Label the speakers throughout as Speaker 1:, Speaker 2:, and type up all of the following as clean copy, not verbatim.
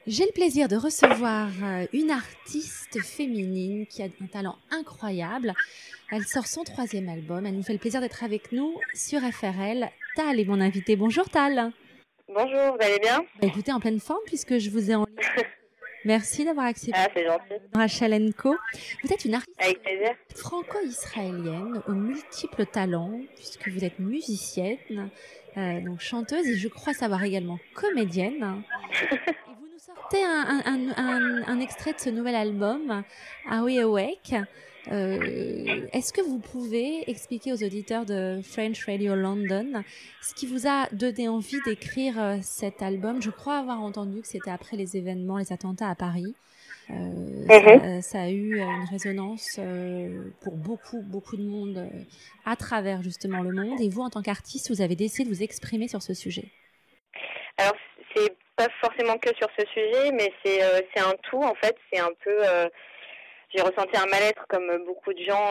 Speaker 1: J'ai le plaisir de recevoir une artiste féminine qui a un talent incroyable. Elle sort son 3e album. Elle nous fait le plaisir d'être avec nous sur FRL. Tal est mon invitée. Bonjour Tal.
Speaker 2: Bonjour, vous allez bien?
Speaker 1: Écoutez, en pleine forme puisque je vous ai en ligne. Merci d'avoir accepté
Speaker 2: Ah, c'est gentil.
Speaker 1: Rachel & Co. Vous êtes une artiste
Speaker 2: Avec plaisir.
Speaker 1: franco-israélienne aux multiples talents puisque vous êtes musicienne, donc chanteuse et je crois savoir également comédienne. Et vous nous sortez un extrait de ce nouvel album, Are We Awake? Est-ce que vous pouvez expliquer aux auditeurs de French Radio London ce qui vous a donné envie d'écrire cet album? Je crois avoir entendu que c'était après les événements, les attentats à Paris. Ça a eu une résonance pour beaucoup de monde à travers justement le monde. Et vous, en tant qu'artiste, vous avez décidé de vous exprimer sur ce sujet.
Speaker 2: Alors, c'est pas forcément que sur ce sujet, mais c'est un tout, en fait. C'est un peu... j'ai ressenti un mal-être, comme beaucoup de gens,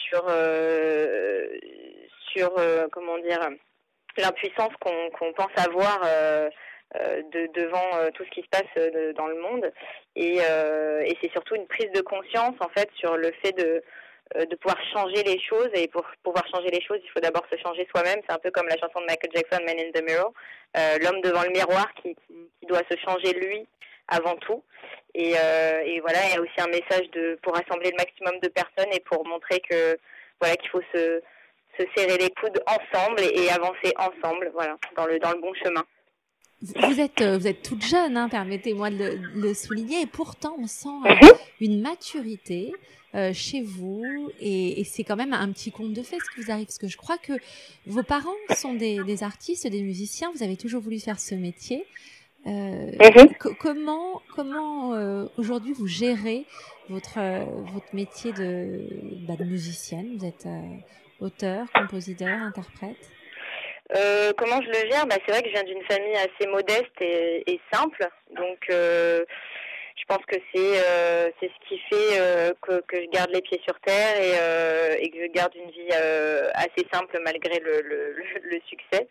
Speaker 2: comment dire, l'impuissance qu'on pense avoir devant tout ce qui se passe dans le monde. Et c'est surtout une prise de conscience, en fait, sur le fait de pouvoir changer les choses. Et pour pouvoir changer les choses, il faut d'abord se changer soi-même. C'est un peu comme la chanson de Michael Jackson, Man in the Mirror, l'homme devant le miroir qui doit se changer lui avant tout. Et voilà, il y a aussi un message pour rassembler le maximum de personnes et pour montrer que voilà qu'il faut se serrer les coudes ensemble et avancer ensemble, voilà, dans le bon chemin.
Speaker 1: Vous êtes toute jeune, hein, permettez-moi de le souligner, et pourtant on sent une maturité chez vous, et c'est quand même un petit conte de fées ce qui vous arrive, parce que je crois que vos parents sont des artistes, des musiciens, vous avez toujours voulu faire ce métier. Comment aujourd'hui vous gérez votre métier de musicienne? Vous êtes auteur, compositeur, interprète?
Speaker 2: Comment je le gère? C'est vrai que je viens d'une famille assez modeste et simple, donc je pense que c'est ce qui fait que je garde les pieds sur terre et que je garde une vie assez simple malgré le succès.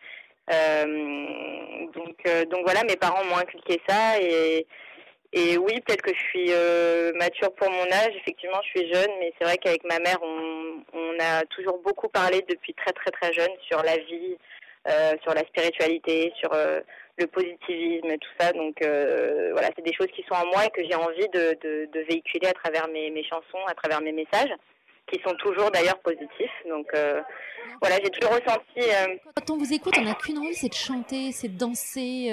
Speaker 2: Donc voilà, mes parents m'ont inculqué ça et oui, peut-être que je suis mature pour mon âge. Effectivement, je suis jeune, mais c'est vrai qu'avec ma mère, on a toujours beaucoup parlé depuis très très très jeune sur la vie, sur la spiritualité, sur le positivisme et tout ça. Donc voilà, c'est des choses qui sont en moi et que j'ai envie de véhiculer à travers mes chansons, à travers mes messages, qui sont toujours d'ailleurs positifs. Donc voilà, j'ai toujours ressenti...
Speaker 1: Quand on vous écoute, on n'a qu'une envie, c'est de chanter, c'est de danser,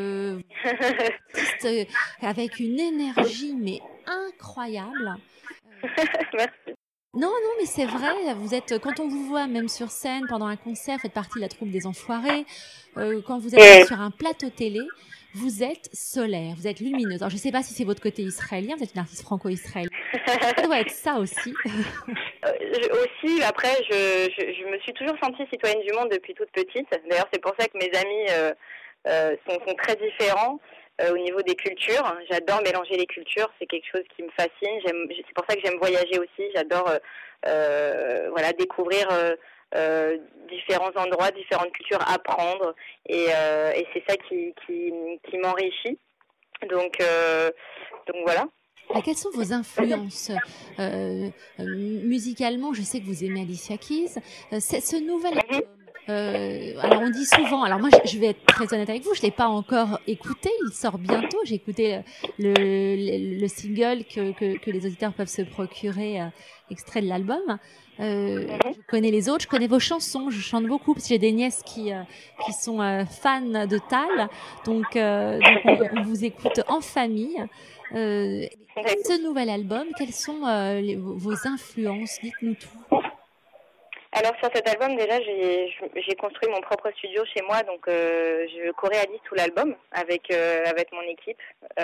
Speaker 1: avec une énergie mais incroyable.
Speaker 2: Merci.
Speaker 1: Non, mais c'est vrai, quand on vous voit même sur scène, pendant un concert, faites partie de la troupe des Enfoirés, quand vous êtes sur un plateau télé, vous êtes solaire, vous êtes lumineuse. Alors je ne sais pas si c'est votre côté israélien, vous êtes une artiste franco-israélienne. Ça doit être ça aussi.
Speaker 2: Aussi, après, je me suis toujours sentie citoyenne du monde depuis toute petite. D'ailleurs, c'est pour ça que mes amis sont très différents au niveau des cultures. J'adore mélanger les cultures, c'est quelque chose qui me fascine. C'est pour ça que j'aime voyager aussi. J'adore voilà, découvrir différents endroits, différentes cultures, apprendre. Et c'est ça qui m'enrichit. Donc voilà.
Speaker 1: Quelles sont vos influences musicalement? Je sais que vous aimez Alicia Keys. Ce nouvel album, alors on dit souvent, alors moi je vais être très honnête avec vous, je ne l'ai pas encore écouté, il sort bientôt, j'ai écouté le single que les auditeurs peuvent se procurer, extrait de l'album. Je connais les autres, je connais vos chansons, je chante beaucoup parce que j'ai des nièces qui sont fans de Tal, donc on vous écoute en famille. Ce nouvel album, quelles sont vos influences? Dites-nous tout.
Speaker 2: Alors sur cet album, déjà, j'ai construit mon propre studio chez moi, donc je co-réalise tout l'album avec mon équipe.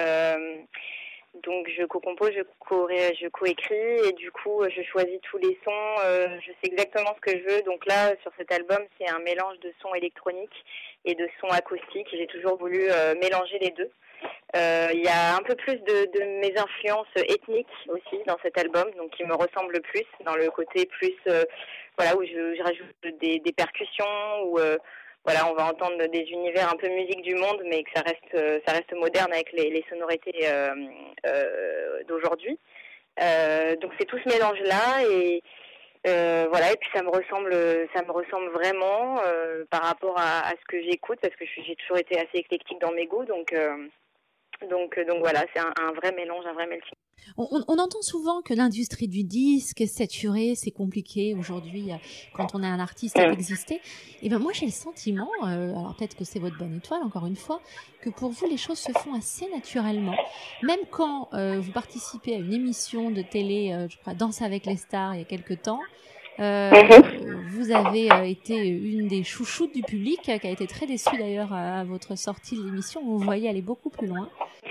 Speaker 2: Donc je co-compose, je co-écris et du coup je choisis tous les sons, je sais exactement ce que je veux. Donc là sur cet album c'est un mélange de sons électroniques et de sons acoustiques. J'ai toujours voulu mélanger les deux. Il y a un peu plus de mes influences ethniques aussi dans cet album, donc qui me ressemble le plus dans le côté plus voilà où je rajoute des percussions ou voilà, on va entendre des univers un peu musique du monde, mais que ça reste moderne avec les sonorités d'aujourd'hui. Donc c'est tout ce mélange-là voilà, et puis ça me ressemble vraiment par rapport à ce que j'écoute, parce que j'ai toujours été assez éclectique dans mes goûts, donc voilà, c'est un vrai mélange, un vrai melting.
Speaker 1: On entend souvent que l'industrie du disque est saturée, c'est compliqué aujourd'hui quand on est un artiste d'exister. Et ben moi j'ai le sentiment, alors peut-être que c'est votre bonne étoile encore une fois, que pour vous les choses se font assez naturellement. Même quand vous participez à une émission de télé, je crois Danse avec les stars il y a quelque temps, vous avez été une des chouchoutes du public qui a été très déçue d'ailleurs à votre sortie de l'émission. Vous voyez aller beaucoup plus loin.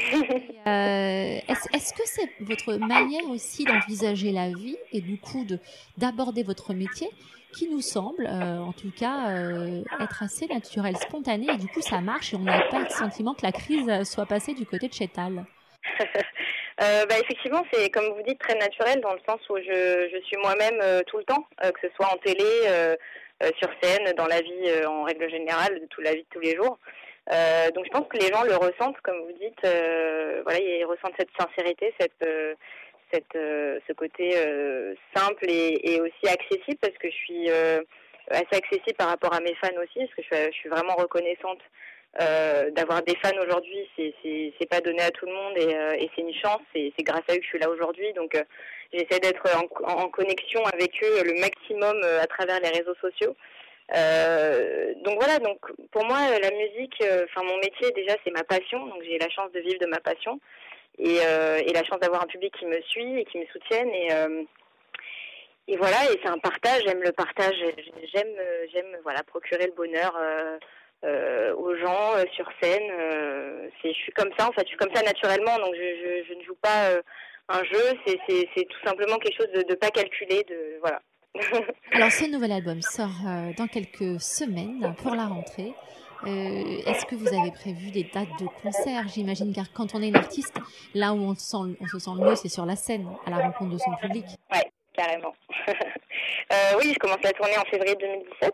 Speaker 1: Est-ce que c'est votre manière aussi d'envisager la vie et du coup d'aborder votre métier qui nous semble, en tout cas, être assez naturel, spontané, et du coup ça marche et on n'a pas le sentiment que la crise soit passée du côté de chez Tal?
Speaker 2: Effectivement, c'est comme vous dites très naturel dans le sens où je suis moi-même tout le temps, que ce soit en télé, sur scène, dans la vie en règle générale, la vie de tous les jours. Donc je pense que les gens le ressentent, comme vous dites, voilà, ils ressentent cette sincérité, ce côté simple et aussi accessible, parce que je suis assez accessible par rapport à mes fans aussi, parce que je suis vraiment reconnaissante d'avoir des fans aujourd'hui. C'est pas donné à tout le monde et c'est une chance, c'est grâce à eux que je suis là aujourd'hui, donc j'essaie d'être en connexion avec eux le maximum à travers les réseaux sociaux. Donc voilà, donc pour moi la musique, mon métier déjà c'est ma passion, donc j'ai la chance de vivre de ma passion et la chance d'avoir un public qui me suit et qui me soutienne et voilà, et c'est un partage, j'aime le partage, j'aime voilà, procurer le bonheur aux gens sur scène. Je suis comme ça en fait, je suis comme ça naturellement, donc je ne joue pas un jeu, c'est tout simplement quelque chose de pas calculé, voilà.
Speaker 1: Alors, ce nouvel album sort dans quelques semaines pour la rentrée. Est-ce que vous avez prévu des dates de concert, j'imagine, car quand on est une artiste, là où on se sent le mieux, c'est sur la scène, à la rencontre de son public.
Speaker 2: Ouais, carrément. Oui, je commence la tournée en février 2017.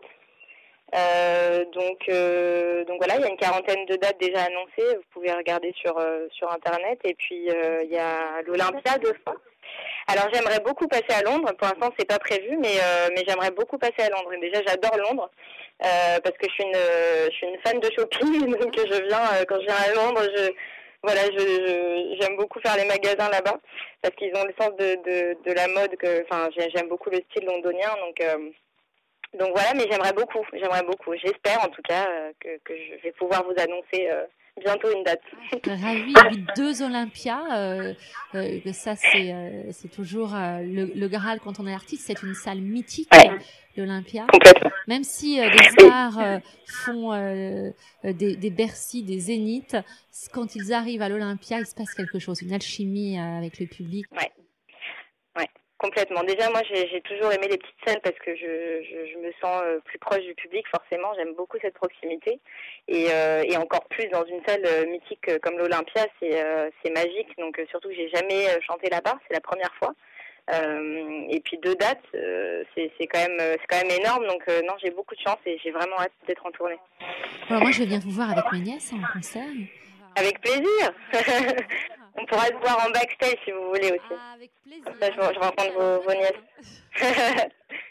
Speaker 2: Donc voilà, il y a une quarantaine de dates déjà annoncées. Vous pouvez regarder sur internet. Et puis il y a l'Olympia 2 fois. Alors j'aimerais beaucoup passer à Londres. Pour l'instant c'est pas prévu, mais j'aimerais beaucoup passer à Londres. Et déjà j'adore Londres parce que je suis une fan de shopping. Donc je viens quand je viens à Londres, j'aime beaucoup faire les magasins là-bas parce qu'ils ont le sens de la mode. J'aime beaucoup le style londonien. Donc voilà, mais j'aimerais beaucoup. J'espère en tout cas que je vais pouvoir vous annoncer bientôt une date.
Speaker 1: Ravie. 2 Olympias, ça c'est toujours le Graal quand on est artiste. C'est une salle mythique, l'Olympia.
Speaker 2: Complètement.
Speaker 1: Même si des stars font des Bercy, des Zéniths, quand ils arrivent à l'Olympia, il se passe quelque chose, une alchimie avec le public.
Speaker 2: Ouais. Complètement. Déjà, moi, j'ai toujours aimé les petites salles parce que je me sens plus proche du public, forcément. J'aime beaucoup cette proximité. Et encore plus dans une salle mythique comme l'Olympia, c'est magique. Donc, surtout que j'ai jamais chanté là-bas. C'est la première fois. Et puis 2 dates, c'est quand même énorme. Donc, non, j'ai beaucoup de chance et j'ai vraiment hâte d'être en tournée.
Speaker 1: Alors, moi, je viens vous voir avec mes nièces en concert.
Speaker 2: Avec plaisir. On pourra se voir en backstage si vous voulez aussi.
Speaker 1: Avec plaisir.
Speaker 2: Comme ça, je rencontre vos nièces.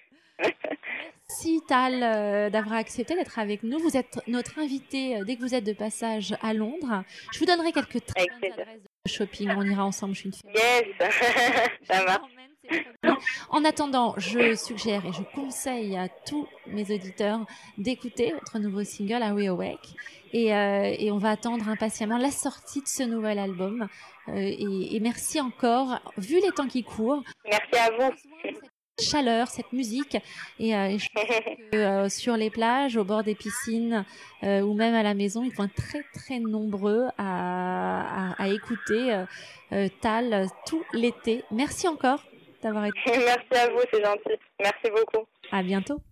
Speaker 1: Merci Tal d'avoir accepté d'être avec nous. Vous êtes notre invité dès que vous êtes de passage à Londres. Je vous donnerai quelques très bonnes adresses de shopping. On ira ensemble. Je suis une fille.
Speaker 2: Yes, ça marche.
Speaker 1: En attendant, je suggère et je conseille à tous mes auditeurs d'écouter votre nouveau single Are We Awake et on va attendre impatiemment la sortie de ce nouvel album et merci encore vu les temps qui courent.
Speaker 2: Merci à vous.
Speaker 1: Cette chaleur, cette musique et je pense que sur les plages, au bord des piscines ou même à la maison, ils vont être très très nombreux à écouter Tal tout l'été. Merci encore d'avoir été.
Speaker 2: Merci à vous, c'est gentil. Merci beaucoup.
Speaker 1: À bientôt.